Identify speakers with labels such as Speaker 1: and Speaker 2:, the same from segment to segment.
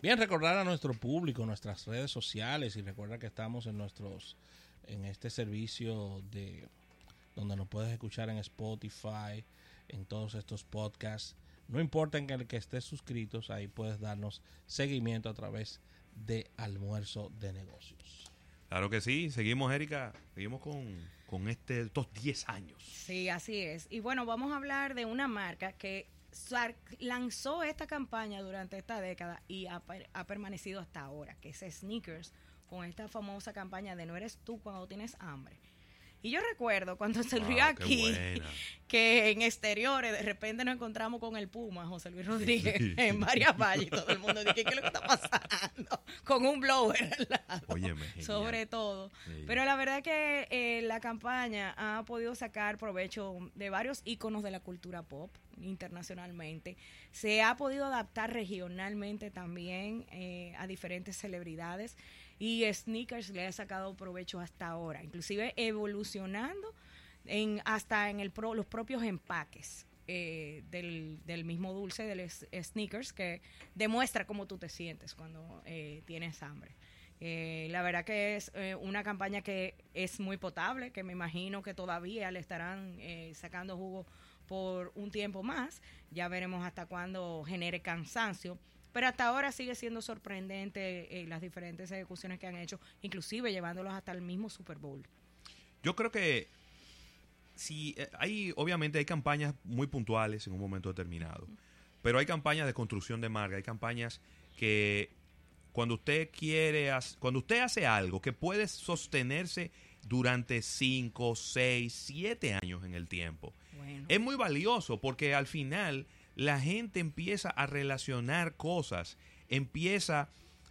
Speaker 1: Bien, recordar a nuestro público, nuestras redes sociales, y recuerda que estamos en este servicio de donde nos puedes escuchar en Spotify, en todos estos podcasts. No importa en el que estés suscritos, ahí puedes darnos seguimiento a través de Almuerzo de Negocios.
Speaker 2: Claro que sí, seguimos, Erika, seguimos con estos 10 años.
Speaker 3: Sí, así es. Y bueno, vamos a hablar de una marca que lanzó esta campaña durante esta década y ha permanecido hasta ahora, que es Snickers, con esta famosa campaña de no eres tú cuando tienes hambre. Y yo recuerdo cuando se vio aquí, que en exteriores de repente nos encontramos con el Puma, José Luis Rodríguez, en varias valles, y todo el mundo dice, ¿qué es lo que está pasando? Con un blower al lado,
Speaker 2: Óyeme,
Speaker 3: sobre todo. Sí. Pero la verdad que la campaña ha podido sacar provecho de varios íconos de la cultura pop internacionalmente. Se ha podido adaptar regionalmente también a diferentes celebridades. Y Snickers le ha sacado provecho hasta ahora, inclusive evolucionando hasta en los propios empaques del mismo dulce, del Snickers, que demuestra cómo tú te sientes cuando tienes hambre. La verdad que es una campaña que es muy potable, que me imagino que todavía le estarán sacando jugo por un tiempo más. Ya veremos hasta cuándo genere cansancio. Pero hasta ahora sigue siendo sorprendente las diferentes ejecuciones que han hecho, inclusive llevándolos hasta el mismo Super Bowl.
Speaker 2: Yo creo que sí, obviamente hay campañas muy puntuales en un momento determinado, pero hay campañas de construcción de marca, hay campañas que cuando usted hace algo que puede sostenerse durante 5, 6, 7 años en el tiempo, bueno, es muy valioso porque al final la gente empieza a relacionar cosas, empieza,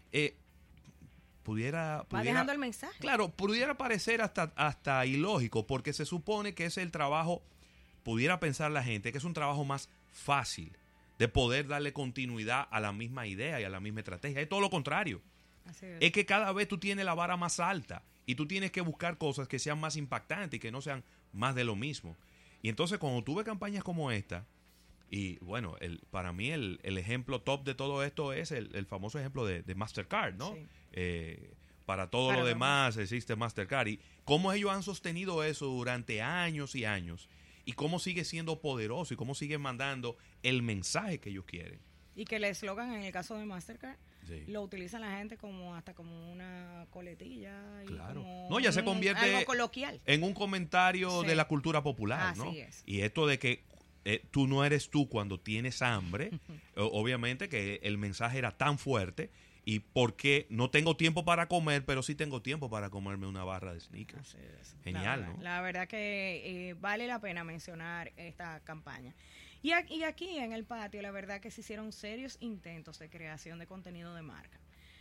Speaker 2: pudiera
Speaker 3: va dejando el mensaje.
Speaker 2: Claro, pudiera parecer hasta ilógico, porque se supone que es el trabajo, pudiera pensar la gente, que es un trabajo más fácil de poder darle continuidad a la misma idea y a la misma estrategia. Es todo lo contrario.
Speaker 3: Así
Speaker 2: es que cada vez tú tienes la vara más alta y tú tienes que buscar cosas que sean más impactantes y que no sean más de lo mismo. Y entonces cuando tú ves campañas como esta, y bueno, para mí el ejemplo top de todo esto es el famoso ejemplo de Mastercard, ¿no? Sí. Para todo lo demás existe Mastercard. Y cómo ellos han sostenido eso durante años y años. Y cómo sigue siendo poderoso y cómo sigue mandando el mensaje que ellos quieren.
Speaker 3: Y que el eslogan en el caso de Mastercard,
Speaker 2: sí,
Speaker 3: lo utiliza la gente hasta como una coletilla. Y
Speaker 2: claro.
Speaker 3: como
Speaker 2: no, ya se convierte
Speaker 3: algo coloquial
Speaker 2: en un comentario, sí, de la cultura popular,
Speaker 3: así
Speaker 2: ¿no?
Speaker 3: Es.
Speaker 2: Y esto de que tú no eres tú cuando tienes hambre, obviamente que el mensaje era tan fuerte, y porque no tengo tiempo para comer, pero sí tengo tiempo para comerme una barra de Snickers. Genial, ¿no?
Speaker 3: La verdad que vale la pena mencionar esta campaña. Y aquí en el patio, la verdad que se hicieron serios intentos de creación de contenido de marca.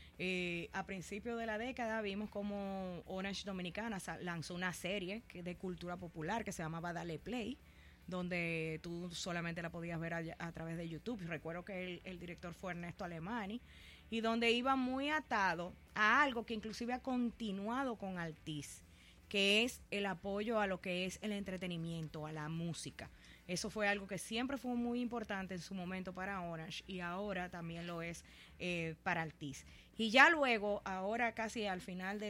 Speaker 3: A principios de la década vimos como Orange Dominicana lanzó una serie de cultura popular que se llamaba Dale Play, donde tú solamente la podías ver a través de YouTube. Recuerdo que el director fue Ernesto Alemani, y donde iba muy atado a algo que inclusive ha continuado con Altiz, que es el apoyo a lo que es el entretenimiento, a la música. Eso fue algo que siempre fue muy importante en su momento para Orange, y ahora también lo es para Altiz. Y ya luego, ahora casi al final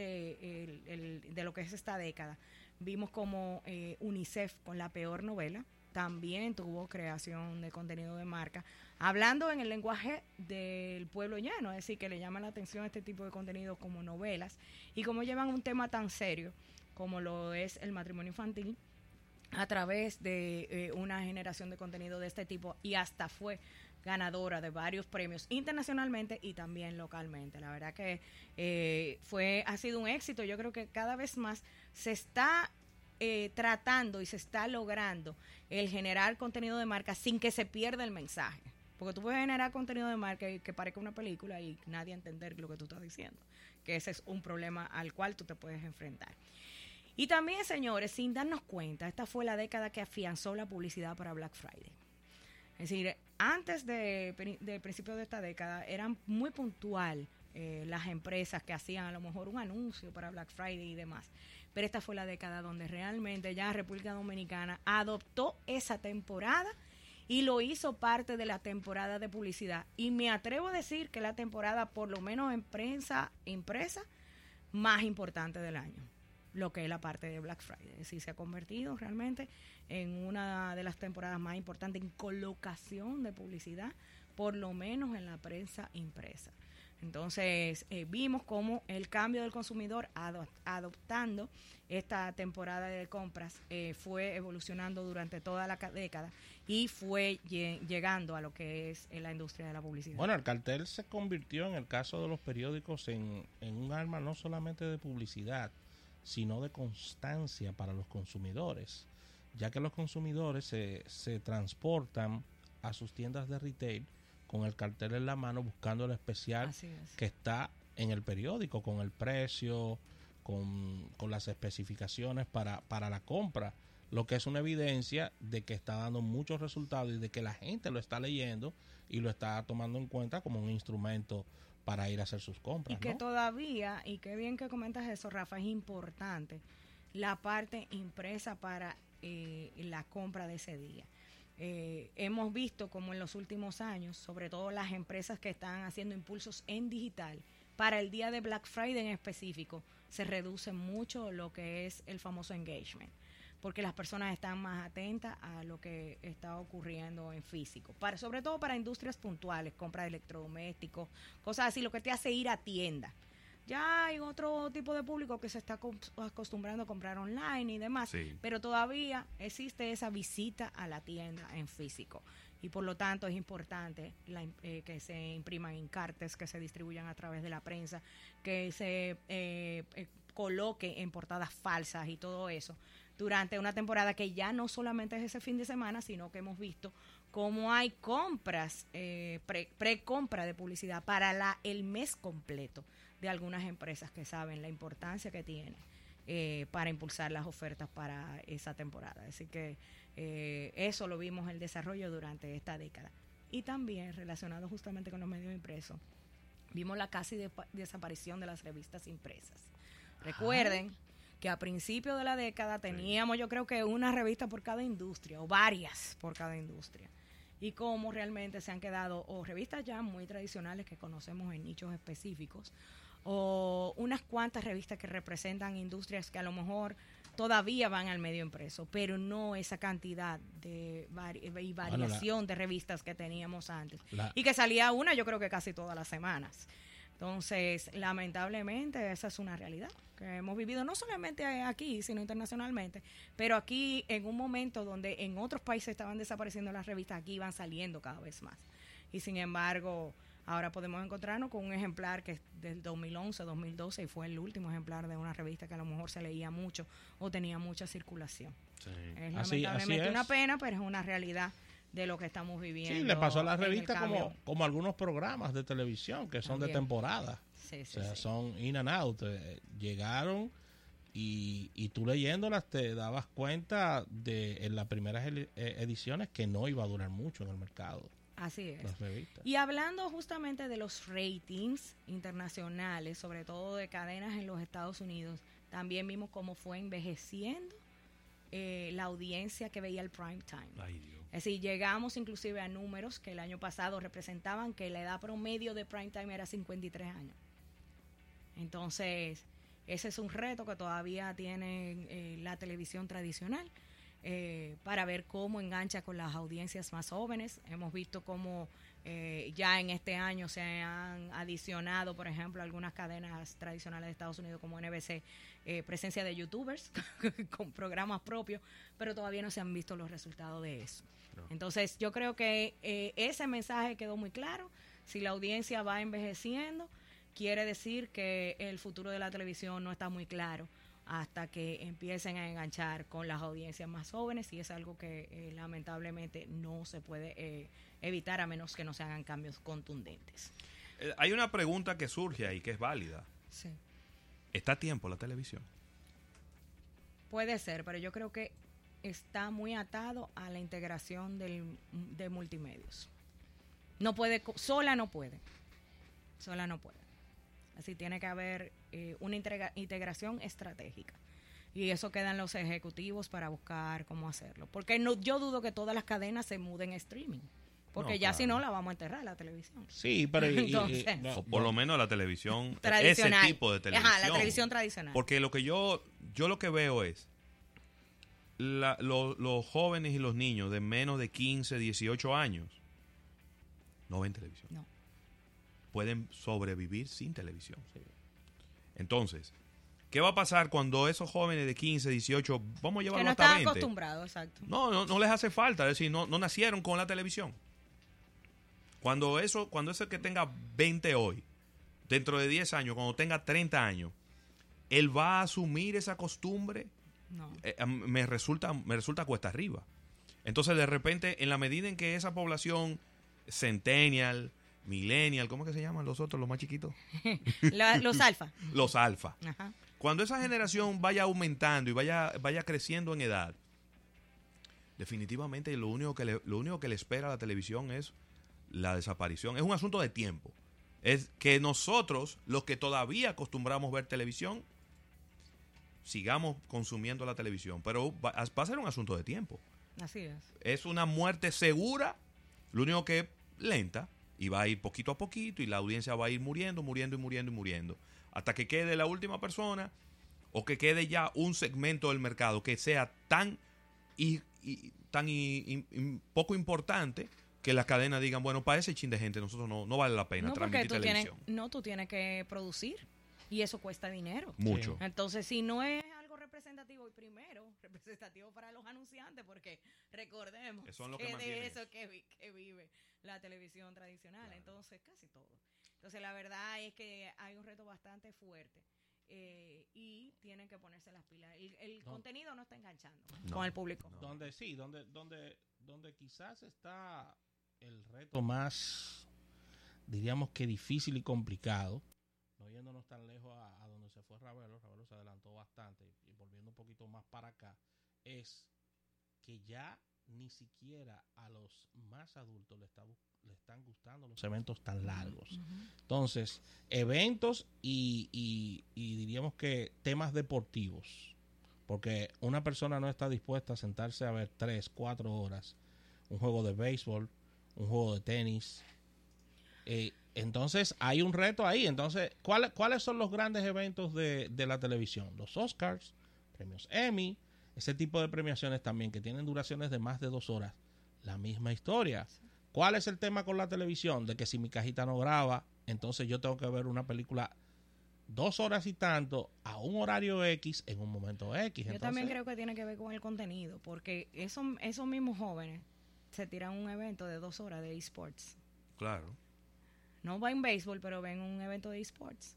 Speaker 3: de lo que es esta década, vimos como UNICEF con La Peor Novela también tuvo creación de contenido de marca, hablando en el lenguaje del pueblo llano, es decir, que le llaman la atención a este tipo de contenidos como novelas, y como llevan un tema tan serio como lo es el matrimonio infantil a través de una generación de contenido de este tipo, y hasta fue ganadora de varios premios internacionalmente y también localmente. La verdad que ha sido un éxito. Yo creo que cada vez más se está tratando y se está logrando el generar contenido de marca sin que se pierda el mensaje, porque tú puedes generar contenido de marca y que parezca una película y nadie entender lo que tú estás diciendo, que ese es un problema al cual tú te puedes enfrentar. Y también, señores, sin darnos cuenta, esta fue la década que afianzó la publicidad para Black Friday. Es decir, antes del principio de esta década eran muy puntual las empresas que hacían a lo mejor un anuncio para Black Friday y demás. Pero esta fue la década donde realmente ya República Dominicana adoptó esa temporada y lo hizo parte de la temporada de publicidad. Y me atrevo a decir que la temporada, por lo menos en prensa impresa, más importante del año, lo que es la parte de Black Friday. Es decir, se ha convertido realmente en una de las temporadas más importantes en colocación de publicidad, por lo menos en la prensa impresa. Entonces, vimos cómo el cambio del consumidor adoptando esta temporada de compras fue evolucionando durante toda la década y fue llegando a lo que es la industria de la publicidad.
Speaker 1: Bueno, el cartel se convirtió, en el caso de los periódicos, en un arma no solamente de publicidad, sino de constancia para los consumidores, ya que los consumidores se transportan a sus tiendas de retail con el cartel en la mano, buscando el especial que está en el periódico, con el precio, con las especificaciones para la compra, lo que es una evidencia de que está dando muchos resultados y de que la gente lo está leyendo y lo está tomando en cuenta como un instrumento para ir a hacer sus compras.
Speaker 3: Y que todavía, y qué bien que comentas eso, Rafa, es importante la parte impresa para la compra de ese día. Hemos visto como en los últimos años, sobre todo las empresas que están haciendo impulsos en digital, para el día de Black Friday en específico, se reduce mucho lo que es el famoso engagement, porque las personas están más atentas a lo que está ocurriendo en físico, sobre todo para industrias puntuales, compra de electrodomésticos, cosas así, lo que te hace ir a tienda. Ya hay otro tipo de público que se está acostumbrando a comprar online y demás, sí, pero todavía existe esa visita a la tienda en físico. Y por lo tanto es importante que se impriman encartes, que se distribuyan a través de la prensa, que se coloque en portadas falsas y todo eso durante una temporada que ya no solamente es ese fin de semana, sino que hemos visto cómo hay compras, pre-compra de publicidad para el mes completo de algunas empresas que saben la importancia que tiene para impulsar las ofertas para esa temporada. Así que eso lo vimos el desarrollo durante esta década. Y también relacionado justamente con los medios impresos, vimos la casi desaparición de las revistas impresas. Recuerden que a principios de la década teníamos, yo creo que una revista por cada industria o varias por cada industria. Y cómo realmente se han quedado o revistas ya muy tradicionales que conocemos en nichos específicos, o unas cuantas revistas que representan industrias que a lo mejor todavía van al medio impreso, pero no esa cantidad de variación de revistas que teníamos antes. Y que salía una, yo creo que casi todas las semanas. Entonces, lamentablemente, esa es una realidad que hemos vivido no solamente aquí, sino internacionalmente, pero aquí en un momento donde en otros países estaban desapareciendo las revistas, aquí van saliendo cada vez más. Y sin embargo, ahora podemos encontrarnos con un ejemplar que es del 2011, 2012, y fue el último ejemplar de una revista que a lo mejor se leía mucho o tenía mucha circulación. Sí. Es lamentablemente una pena, pero es una realidad de lo que estamos viviendo.
Speaker 1: Sí, le pasó a la revista como algunos programas de televisión que son también de temporada.
Speaker 3: Sí,
Speaker 1: o sea, son in and out. Llegaron y tú leyéndolas te dabas cuenta de en las primeras ediciones que no iba a durar mucho en el mercado.
Speaker 3: Así es.
Speaker 1: Las revistas.
Speaker 3: Y hablando justamente de los ratings internacionales, sobre todo de cadenas en los Estados Unidos, también vimos cómo fue envejeciendo la audiencia que veía el prime time.
Speaker 2: Ay, Dios.
Speaker 3: Es decir, llegamos inclusive a números que el año pasado representaban que la edad promedio de prime time era 53 años. Entonces, ese es un reto que todavía tiene la televisión tradicional para ver cómo engancha con las audiencias más jóvenes. Hemos visto cómo ya en este año se han adicionado, por ejemplo, algunas cadenas tradicionales de Estados Unidos como NBC, presencia de youtubers con programas propios, pero todavía no se han visto los resultados de eso. No. Entonces, yo creo que ese mensaje quedó muy claro. Si la audiencia va envejeciendo, quiere decir que el futuro de la televisión no está muy claro hasta que empiecen a enganchar con las audiencias más jóvenes, y es algo que lamentablemente no se puede evitar a menos que no se hagan cambios contundentes.
Speaker 2: Hay una pregunta que surge ahí que es válida.
Speaker 3: Sí.
Speaker 2: ¿Está a tiempo la televisión?
Speaker 3: Puede ser, pero yo creo que está muy atado a la integración de multimedios. No puede, sola no puede. Así tiene que haber una integración estratégica Y eso quedan los ejecutivos para buscar cómo hacerlo. Porque yo dudo que todas las cadenas se muden a streaming. Porque ya si no, la vamos a enterrar la televisión.
Speaker 1: Sí, pero...
Speaker 3: Entonces,
Speaker 2: o por lo menos la televisión,
Speaker 3: tradicional.
Speaker 2: ese tipo de televisión.
Speaker 3: Ajá, la televisión tradicional.
Speaker 2: Porque lo que yo lo que veo es los jóvenes y los niños de menos de 15, 18 años no ven televisión.
Speaker 3: No.
Speaker 2: Pueden sobrevivir sin televisión. Entonces, ¿qué va a pasar cuando esos jóvenes de 15, 18, vamos a llevarlo
Speaker 3: que no
Speaker 2: hasta
Speaker 3: están
Speaker 2: 20?
Speaker 3: acostumbrados, exacto.
Speaker 2: No les hace falta, es decir, no nacieron con la televisión. Cuando ese que tenga 20 hoy, dentro de 10 años, cuando tenga 30 años, él va a asumir esa costumbre.
Speaker 3: No.
Speaker 2: Me resulta cuesta arriba. Entonces, de repente, en la medida en que esa población centennial, millennial, ¿cómo es que se llaman los otros, los más chiquitos?
Speaker 3: Los alfa.
Speaker 2: Los alfa.
Speaker 3: Ajá.
Speaker 2: Cuando esa generación vaya aumentando y vaya creciendo en edad, definitivamente lo único que le espera a la televisión es la desaparición. Es un asunto de tiempo. Es que nosotros, los que todavía acostumbramos ver televisión, sigamos consumiendo la televisión. Pero va a ser un asunto de tiempo.
Speaker 3: Así es.
Speaker 2: Es una muerte segura, lo único que es lenta, y va a ir poquito a poquito, y la audiencia va a ir muriendo, hasta que quede la última persona, o que quede ya un segmento del mercado que sea tan poco importante que las cadenas digan, bueno, para ese chin de gente nosotros no vale la pena transmitir televisión.
Speaker 3: Tú tienes que producir, y eso cuesta dinero.
Speaker 2: Mucho.
Speaker 3: Entonces, si no es algo representativo, y primero, representativo para los anunciantes, porque recordemos
Speaker 2: que son los
Speaker 3: que
Speaker 2: que
Speaker 3: de
Speaker 2: eso
Speaker 3: que vive la televisión tradicional. Claro. Entonces, casi todo. Entonces, la verdad es que hay un reto bastante fuerte. Y tienen que ponerse las pilas. El contenido no está enganchando con el público.
Speaker 1: Donde quizás está el reto más, diríamos que difícil y complicado, no yéndonos tan lejos a donde se fue Ravelo se adelantó bastante, y volviendo un poquito más para acá, es que ya ni siquiera a los más adultos le están gustando los eventos tan largos. Uh-huh. Entonces, eventos y diríamos que temas deportivos, porque una persona no está dispuesta a sentarse a ver 3, 4 horas un juego de béisbol, un juego de tenis. Entonces, hay un reto ahí. Entonces, ¿cuáles son los grandes eventos de la televisión? Los Oscars, premios Emmy, ese tipo de premiaciones también que tienen duraciones de más de 2 horas. La misma historia. ¿Cuál es el tema con la televisión? De que si mi cajita no graba, entonces yo tengo que ver una película 2 horas y tanto a un horario X en un momento X.
Speaker 3: Yo también creo que tiene que ver con el contenido, porque esos mismos jóvenes se tiran un evento de 2 horas de eSports.
Speaker 2: Claro.
Speaker 3: No va en béisbol, pero ven un evento de eSports.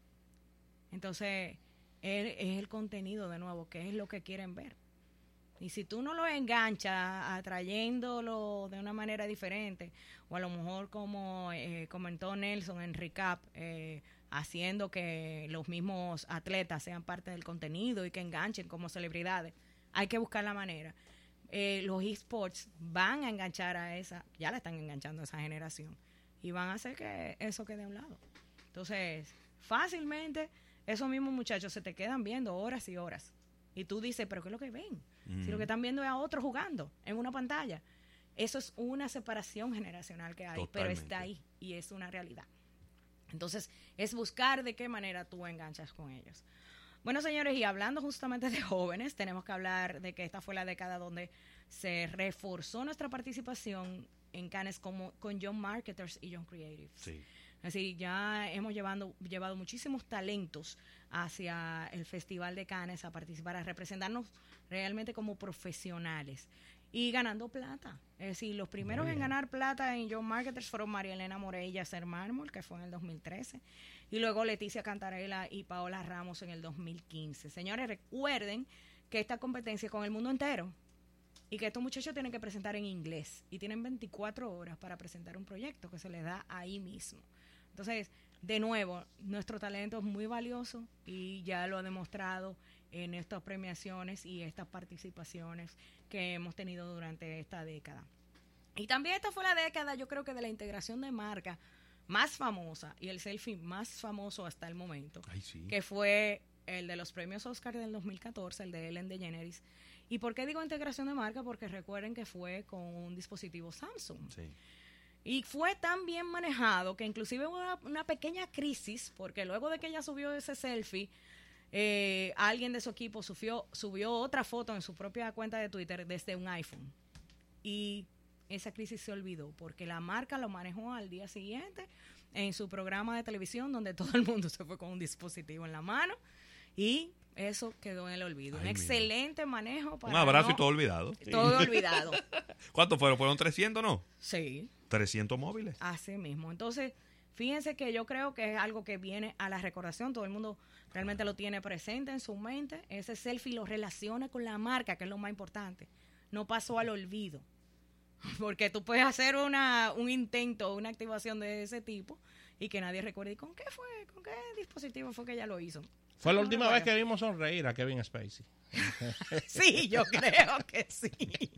Speaker 3: Entonces, es el contenido de nuevo, que es lo que quieren ver. Y si tú no lo enganchas atrayéndolo de una manera diferente, o a lo mejor como comentó Nelson en recap, haciendo que los mismos atletas sean parte del contenido y que enganchen como celebridades, hay que buscar la manera. Los eSports van a enganchar ya la están enganchando a esa generación, y van a hacer que eso quede a un lado. Entonces, fácilmente, esos mismos muchachos se te quedan viendo horas y horas. Y tú dices, ¿pero qué es lo que ven? Si lo que están viendo es a otros jugando en una pantalla. Eso es una separación generacional que hay. Totalmente. Pero está ahí y es una realidad. Entonces, es buscar de qué manera tú enganchas con ellos. Bueno, señores, y hablando justamente de jóvenes, tenemos que hablar de que esta fue la década donde se reforzó nuestra participación en Cannes con Young Marketers y Young Creatives. Sí. Así, ya hemos llevado muchísimos talentos hacia el Festival de Cannes a participar, a representarnos realmente como profesionales y ganando plata. Es decir, los primeros en ganar plata en Young Marketers fueron María Elena Morey y Yacer Mármol, que fue en el 2013, y luego Leticia Cantarella y Paola Ramos en el 2015. Señores, recuerden que esta competencia es con el mundo entero y que estos muchachos tienen que presentar en inglés y tienen 24 horas para presentar un proyecto que se les da ahí mismo. Entonces, de nuevo, nuestro talento es muy valioso y ya lo ha demostrado en estas premiaciones y estas participaciones que hemos tenido durante esta década. Y también esta fue la década, yo creo que de la integración de marca más famosa y el selfie más famoso hasta el momento, que fue el de los premios Oscar del 2014, el de Ellen DeGeneres. ¿Y por qué digo integración de marca? Porque recuerden que fue con un dispositivo Samsung.
Speaker 2: Sí.
Speaker 3: Y fue tan bien manejado que inclusive hubo una pequeña crisis, porque luego de que ella subió ese selfie, alguien de su equipo subió otra foto en su propia cuenta de Twitter desde un iPhone. Y esa crisis se olvidó, porque la marca lo manejó al día siguiente en su programa de televisión, donde todo el mundo se fue con un dispositivo en la mano, y eso quedó en el olvido.
Speaker 2: Ay,
Speaker 3: un excelente manejo para
Speaker 2: un abrazo y todo olvidado.
Speaker 3: Todo olvidado.
Speaker 2: ¿Cuántos fueron? ¿Fueron 300, no?
Speaker 3: Sí.
Speaker 2: 300 móviles.
Speaker 3: Así mismo. Entonces, fíjense que yo creo que es algo que viene a la recordación. Todo el mundo realmente lo tiene presente en su mente. Ese selfie lo relaciona con la marca, que es lo más importante. No pasó al olvido. Porque tú puedes hacer un intento, una activación de ese tipo y que nadie recuerde. ¿Y con qué fue? ¿Con qué dispositivo fue que ella lo hizo?
Speaker 1: Fue la última vez que vimos sonreír a Kevin Spacey.
Speaker 3: Sí, yo creo que sí.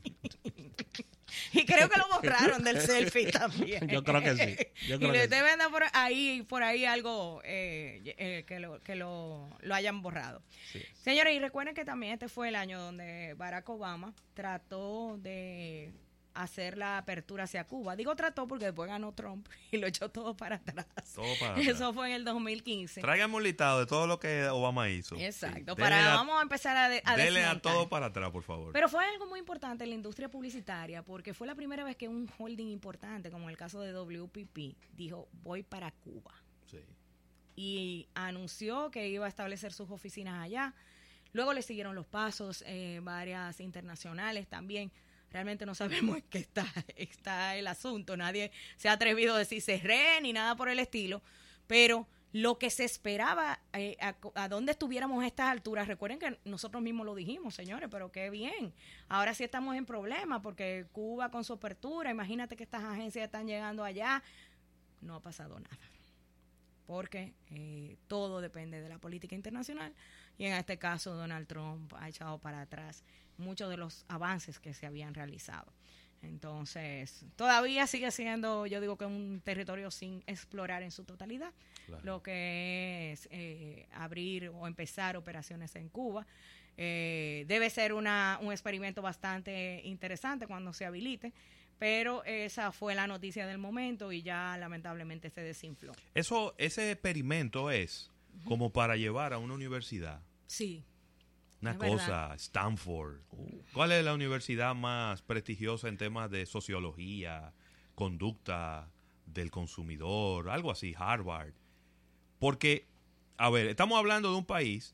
Speaker 3: Y creo que lo borraron del selfie también.
Speaker 1: Yo creo que sí.
Speaker 3: Y le deben dar por ahí algo que lo hayan borrado.
Speaker 1: Sí.
Speaker 3: Señores, y recuerden que también este fue el año donde Barack Obama trató de hacer la apertura hacia Cuba. Digo trató porque después ganó Trump y lo echó todo para atrás.
Speaker 2: Todo para atrás.
Speaker 3: Eso fue en el 2015.
Speaker 2: Tráigame un listado de todo lo que Obama hizo.
Speaker 3: Exacto.
Speaker 2: Sí.
Speaker 3: Vamos a empezar a
Speaker 2: Dele a
Speaker 3: desmontar.
Speaker 2: todo para atrás, por favor.
Speaker 3: Pero fue algo muy importante en la industria publicitaria porque fue la primera vez que un holding importante, como el caso de WPP, dijo, voy para Cuba.
Speaker 2: Sí.
Speaker 3: Y anunció que iba a establecer sus oficinas allá. Luego le siguieron los pasos, varias internacionales también. Realmente no sabemos en qué está el asunto. Nadie se ha atrevido a decir cerré ni nada por el estilo. Pero lo que se esperaba, a dónde estuviéramos a estas alturas, recuerden que nosotros mismos lo dijimos, señores, pero qué bien. Ahora sí estamos en problemas porque Cuba con su apertura, imagínate que estas agencias están llegando allá. No ha pasado nada. Porque todo depende de la política internacional y en este caso Donald Trump ha echado para atrás muchos de los avances que se habían realizado. Entonces, todavía sigue siendo, yo digo que un territorio sin explorar en su totalidad, claro. Lo que es abrir o empezar operaciones en Cuba. Debe ser un experimento bastante interesante cuando se habilite, pero esa fue la noticia del momento y ya lamentablemente se desinfló.
Speaker 2: Ese experimento es como para llevar a una universidad.
Speaker 3: Sí.
Speaker 2: Una cosa, verdad. Stanford. ¿Cuál es la universidad más prestigiosa en temas de sociología, conducta del consumidor, algo así, Harvard? Porque, a ver, estamos hablando de un país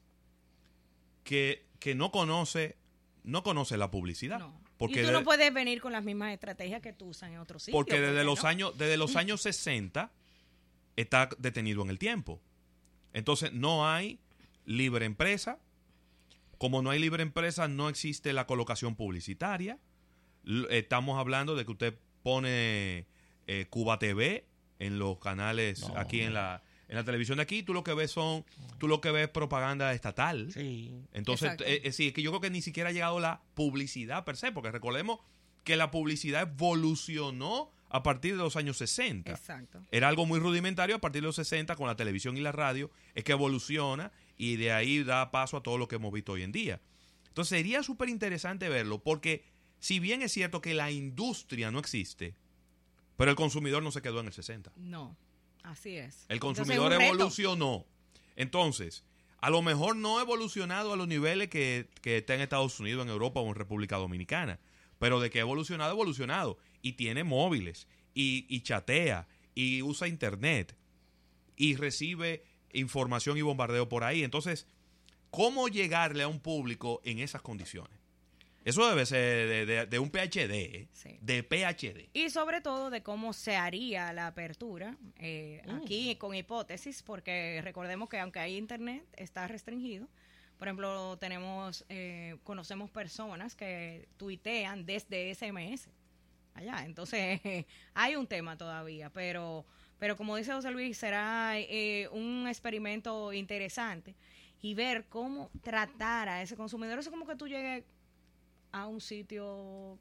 Speaker 2: que no conoce la publicidad.
Speaker 3: No.
Speaker 2: Porque
Speaker 3: y tú no puedes venir con las mismas estrategias que tú usas en otros sitios.
Speaker 2: Porque desde los años 60 está detenido en el tiempo. Entonces no hay libre empresa. Como no hay libre empresa, no existe la colocación publicitaria. Estamos hablando de que usted pone Cuba TV en los canales aquí en la televisión de aquí. Tú lo que ves es propaganda estatal.
Speaker 1: Sí.
Speaker 2: Entonces, sí, es que yo creo que ni siquiera ha llegado la publicidad per se, porque recordemos que la publicidad evolucionó a partir de los años 60.
Speaker 3: Exacto.
Speaker 2: Era algo muy rudimentario a partir de los 60 con la televisión y la radio, es que evoluciona y de ahí da paso a todo lo que hemos visto hoy en día. Entonces sería súper interesante verlo porque si bien es cierto que la industria no existe, pero el consumidor no se quedó en el 60.
Speaker 3: No, así es.
Speaker 2: El consumidor evolucionó. Entonces, a lo mejor no ha evolucionado a los niveles que está en Estados Unidos, en Europa o en República Dominicana, pero de que ha evolucionado. Y tiene móviles, y chatea, y usa internet, y recibe información y bombardeo por ahí. Entonces, ¿cómo llegarle a un público en esas condiciones? Eso debe ser de un PhD,
Speaker 3: sí.
Speaker 2: De PhD.
Speaker 3: Y sobre todo de cómo se haría la apertura, aquí con hipótesis, porque recordemos que aunque hay internet, está restringido. Por ejemplo, conocemos personas que tuitean desde SMS allá. Entonces, hay un tema todavía, pero como dice José Luis, será un experimento interesante y ver cómo tratar a ese consumidor. Eso es como que tú llegues a un sitio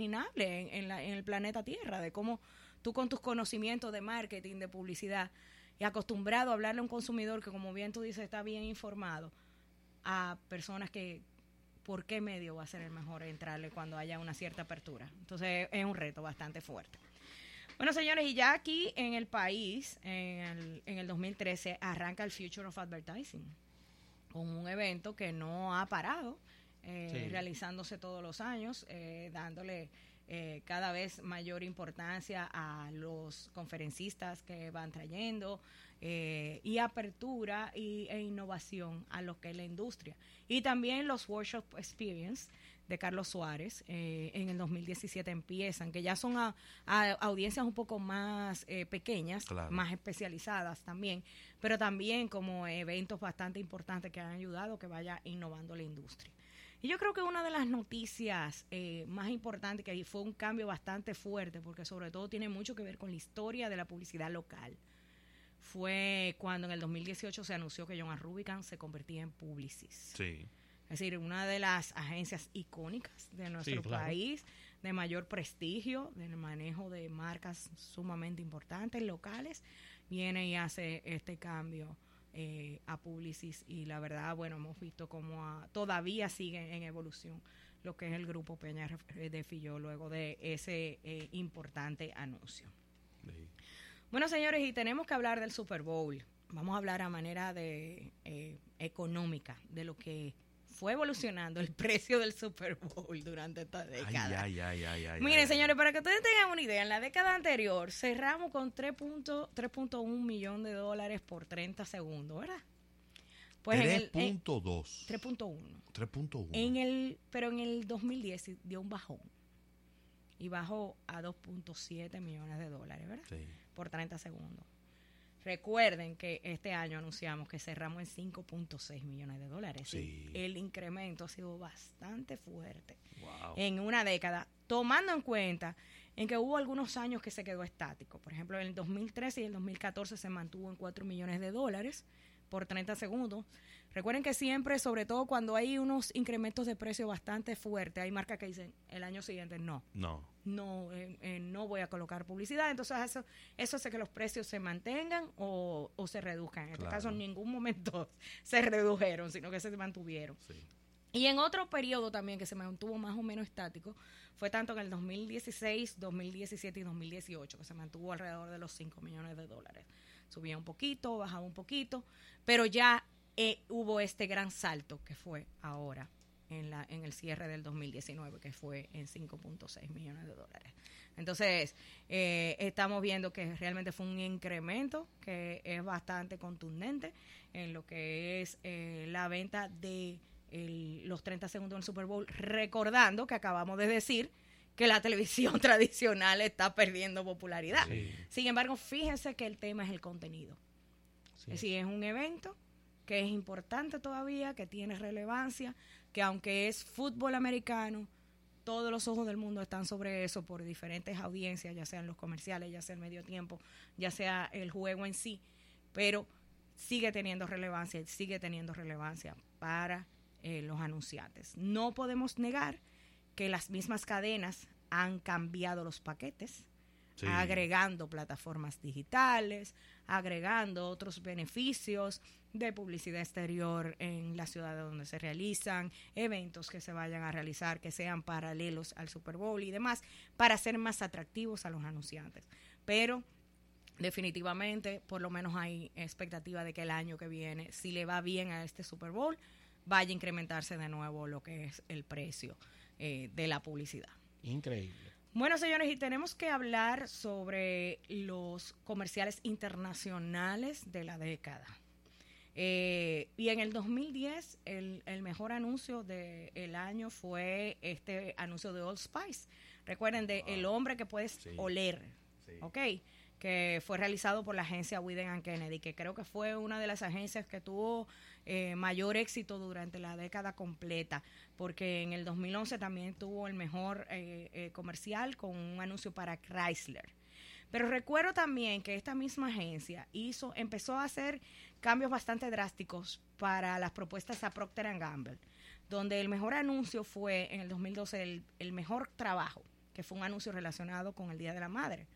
Speaker 3: inimaginable en el planeta Tierra, de cómo tú con tus conocimientos de marketing, de publicidad, acostumbrado a hablarle a un consumidor que, como bien tú dices, está bien informado, a personas que por qué medio va a ser el mejor entrarle cuando haya una cierta apertura. Entonces es un reto bastante fuerte. Bueno, señores, y ya aquí en el país, en el 2013, arranca el Future of Advertising, con un evento que no ha parado, realizándose todos los años, dándole cada vez mayor importancia a los conferencistas que van trayendo, y apertura e innovación a lo que es la industria. Y también los Workshop Experience de Carlos Suárez en el 2017 empiezan, que ya son a audiencias un poco más pequeñas,
Speaker 2: claro,
Speaker 3: más especializadas también, pero también como eventos bastante importantes que han ayudado que vaya innovando la industria. Y yo creo que una de las noticias más importantes, que fue un cambio bastante fuerte, porque sobre todo tiene mucho que ver con la historia de la publicidad local, fue cuando en el 2018 se anunció que John Rubicam se convertía en Publicis.
Speaker 2: Sí.
Speaker 3: Es decir, una de las agencias icónicas de nuestro país, de mayor prestigio, del manejo de marcas sumamente importantes, locales, viene y hace este cambio a Publicis, y la verdad, bueno, hemos visto cómo todavía sigue en evolución lo que es el grupo Peña de Filló luego de ese importante anuncio.
Speaker 2: Sí.
Speaker 3: Bueno, señores, y tenemos que hablar del Super Bowl. Vamos a hablar a manera de económica de lo que fue evolucionando el precio del Super Bowl durante esta década. Miren, señores, para que ustedes tengan una idea, en la década anterior cerramos con 3.1 millones de dólares por 30 segundos, ¿verdad? Pues
Speaker 2: 3.2.
Speaker 3: 3.1. Pero en el 2010 dio un bajón y bajó a 2.7 millones de dólares, ¿verdad?
Speaker 2: Sí.
Speaker 3: Por 30 segundos. Recuerden que este año anunciamos que cerramos en 5.6 millones de dólares.
Speaker 2: Sí.
Speaker 3: El incremento ha sido bastante fuerte
Speaker 2: Wow.
Speaker 3: en una década, tomando en cuenta en que hubo algunos años que se quedó estático. Por ejemplo, en el 2013 y el 2014 se mantuvo en 4 millones de dólares por 30 segundos. Recuerden que siempre, sobre todo cuando hay unos incrementos de precio bastante fuertes, hay marcas que dicen el año siguiente no voy a colocar publicidad. Entonces eso hace que los precios se mantengan o se reduzcan. En este caso en ningún momento se redujeron, sino que se mantuvieron.
Speaker 2: Sí.
Speaker 3: Y en otro periodo también que se mantuvo más o menos estático fue tanto en el 2016, 2017 y 2018, que se mantuvo alrededor de los 5 millones de dólares. Subía un poquito, bajaba un poquito, pero ya hubo este gran salto que fue ahora en el cierre del 2019, que fue en 5.6 millones de dólares. Entonces, estamos viendo que realmente fue un incremento que es bastante contundente en lo que es la venta de los 30 segundos del Super Bowl, recordando que acabamos de decir que la televisión tradicional está perdiendo popularidad.
Speaker 2: Sí.
Speaker 3: Sin embargo, fíjense que el tema es el contenido. Sí. Es decir, es un evento que es importante todavía, que tiene relevancia, que aunque es fútbol americano, todos los ojos del mundo están sobre eso por diferentes audiencias, ya sean los comerciales, ya sea el medio tiempo, ya sea el juego en sí, pero sigue teniendo relevancia para los anunciantes. No podemos negar que las mismas cadenas han cambiado los paquetes, sí, agregando plataformas digitales, agregando otros beneficios de publicidad exterior en la ciudad donde se realizan, eventos que se vayan a realizar que sean paralelos al Super Bowl y demás, para hacer más atractivos a los anunciantes. Pero definitivamente, por lo menos hay expectativa de que el año que viene, si le va bien a este Super Bowl, vaya a incrementarse de nuevo lo que es el precio de la publicidad.
Speaker 1: Increíble.
Speaker 3: Bueno, señores, y tenemos que hablar sobre los comerciales internacionales de la década. Y en el 2010, el mejor anuncio del año fue este anuncio de Old Spice. Recuerden, de El hombre que puedes oler, ¿ok? Que fue realizado por la agencia Wieden & Kennedy, que creo que fue una de las agencias que tuvo mayor éxito durante la década completa, porque en el 2011 también tuvo el mejor comercial con un anuncio para Chrysler. Pero recuerdo también que esta misma agencia empezó a hacer cambios bastante drásticos para las propuestas a Procter & Gamble, donde el mejor anuncio fue en el 2012 el mejor trabajo, que fue un anuncio relacionado con el Día de la Madre.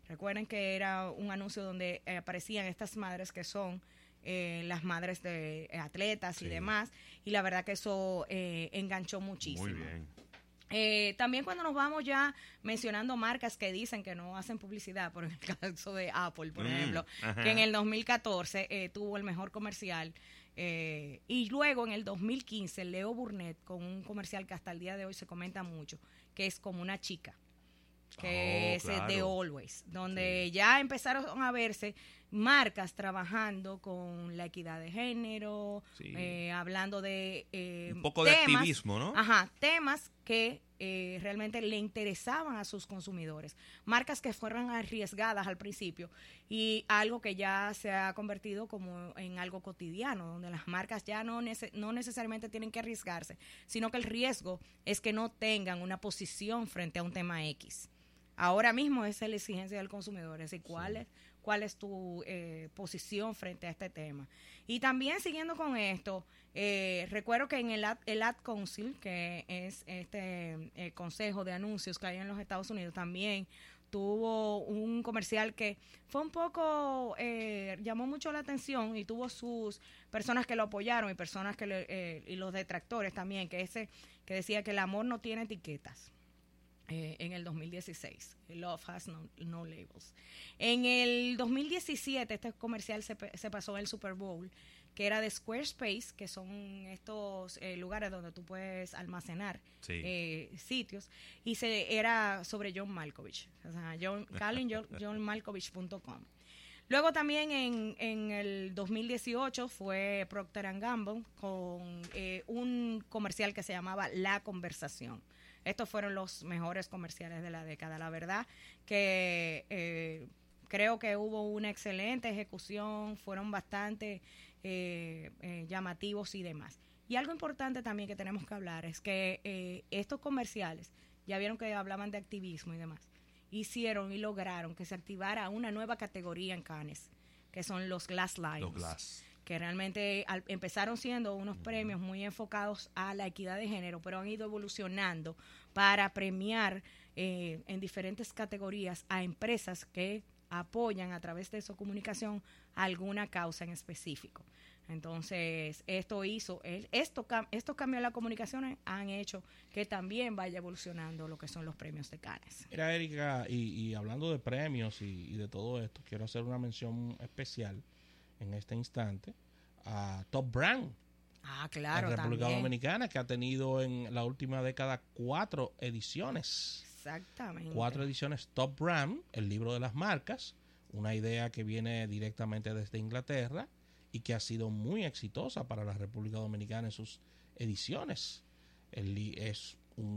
Speaker 3: Recuerden que era un anuncio donde aparecían estas madres que son las madres de atletas y demás, y la verdad que eso enganchó muchísimo.
Speaker 2: Muy bien.
Speaker 3: También cuando nos vamos ya mencionando marcas que dicen que no hacen publicidad, por el caso de Apple, por ejemplo, que en el 2014 tuvo el mejor comercial, y luego en el 2015 Leo Burnett con un comercial que hasta el día de hoy se comenta mucho, que es Como una chica, que es
Speaker 2: claro.
Speaker 3: de Always, donde ya empezaron a verse marcas trabajando con la equidad de género, hablando de
Speaker 2: un poco
Speaker 3: temas,
Speaker 2: de activismo, ¿no?
Speaker 3: Ajá, temas que realmente le interesaban a sus consumidores. Marcas que fueron arriesgadas al principio y algo que ya se ha convertido como en algo cotidiano, donde las marcas ya no necesariamente tienen que arriesgarse, sino que el riesgo es que no tengan una posición frente a un tema X. Ahora mismo esa es la exigencia del consumidor, es decir, cuál es tu posición frente a este tema. Y también siguiendo con esto, recuerdo que en el Ad Council, que es este consejo de anuncios que hay en los Estados Unidos, también tuvo un comercial que fue un poco, llamó mucho la atención y tuvo sus personas que lo apoyaron y personas que y los detractores también, que decía que el amor no tiene etiquetas. En el 2016, Love Has no Labels. En el 2017 este comercial se pasó en el Super Bowl, que era de Squarespace, que son estos lugares donde tú puedes almacenar sitios, y era sobre John Malkovich, o sea, johnmalkovich.com. Luego también en el 2018 fue Procter & Gamble con un comercial que se llamaba La Conversación. Estos fueron los mejores comerciales de la década. La verdad que creo que hubo una excelente ejecución, fueron bastante llamativos y demás. Y algo importante también que tenemos que hablar es que estos comerciales, ya vieron que hablaban de activismo y demás, hicieron y lograron que se activara una nueva categoría en Cannes, que son los Glass Lions.
Speaker 2: Los Glass.
Speaker 3: Que realmente empezaron siendo unos premios muy enfocados a la equidad de género, pero han ido evolucionando para premiar en diferentes categorías a empresas que apoyan a través de su comunicación alguna causa en específico. Entonces, estos cambios en la comunicación han hecho que también vaya evolucionando lo que son los premios de Cannes.
Speaker 1: Mira, Erika, y hablando de premios y de todo esto, quiero hacer una mención especial en este instante a Top Brand.
Speaker 3: Claro,
Speaker 1: en República
Speaker 3: también.
Speaker 1: Dominicana, que ha tenido en la última década 4 ediciones.
Speaker 3: Exactamente.
Speaker 1: 4 ediciones Top Brand, el libro de las marcas, una idea que viene directamente desde Inglaterra y que ha sido muy exitosa para la República Dominicana en sus ediciones. Es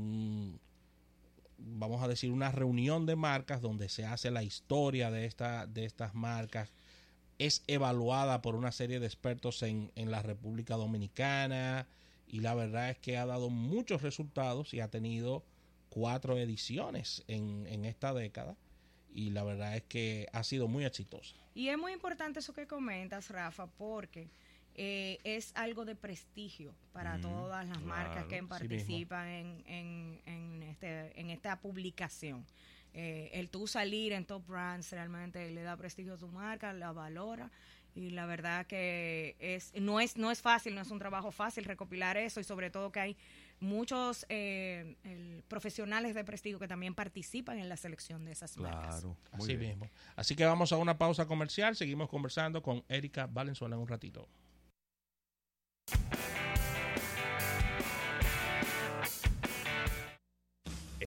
Speaker 1: vamos a decir, una reunión de marcas donde se hace la historia de estas marcas. Es evaluada por una serie de expertos en la República Dominicana y la verdad es que ha dado muchos resultados y ha tenido 4 ediciones en esta década y la verdad es que ha sido muy exitosa.
Speaker 3: Y es muy importante eso que comentas, Rafa, porque es algo de prestigio para todas las marcas que participan en esta publicación. El tú salir en Top Brands realmente le da prestigio a tu marca, la valora y la verdad que no es fácil, no es un trabajo fácil recopilar eso y sobre todo que hay muchos profesionales de prestigio que también participan en la selección de esas marcas.
Speaker 2: Claro,
Speaker 1: así mismo. Así que vamos a una pausa comercial, seguimos conversando con Erika Valenzuela en un ratito.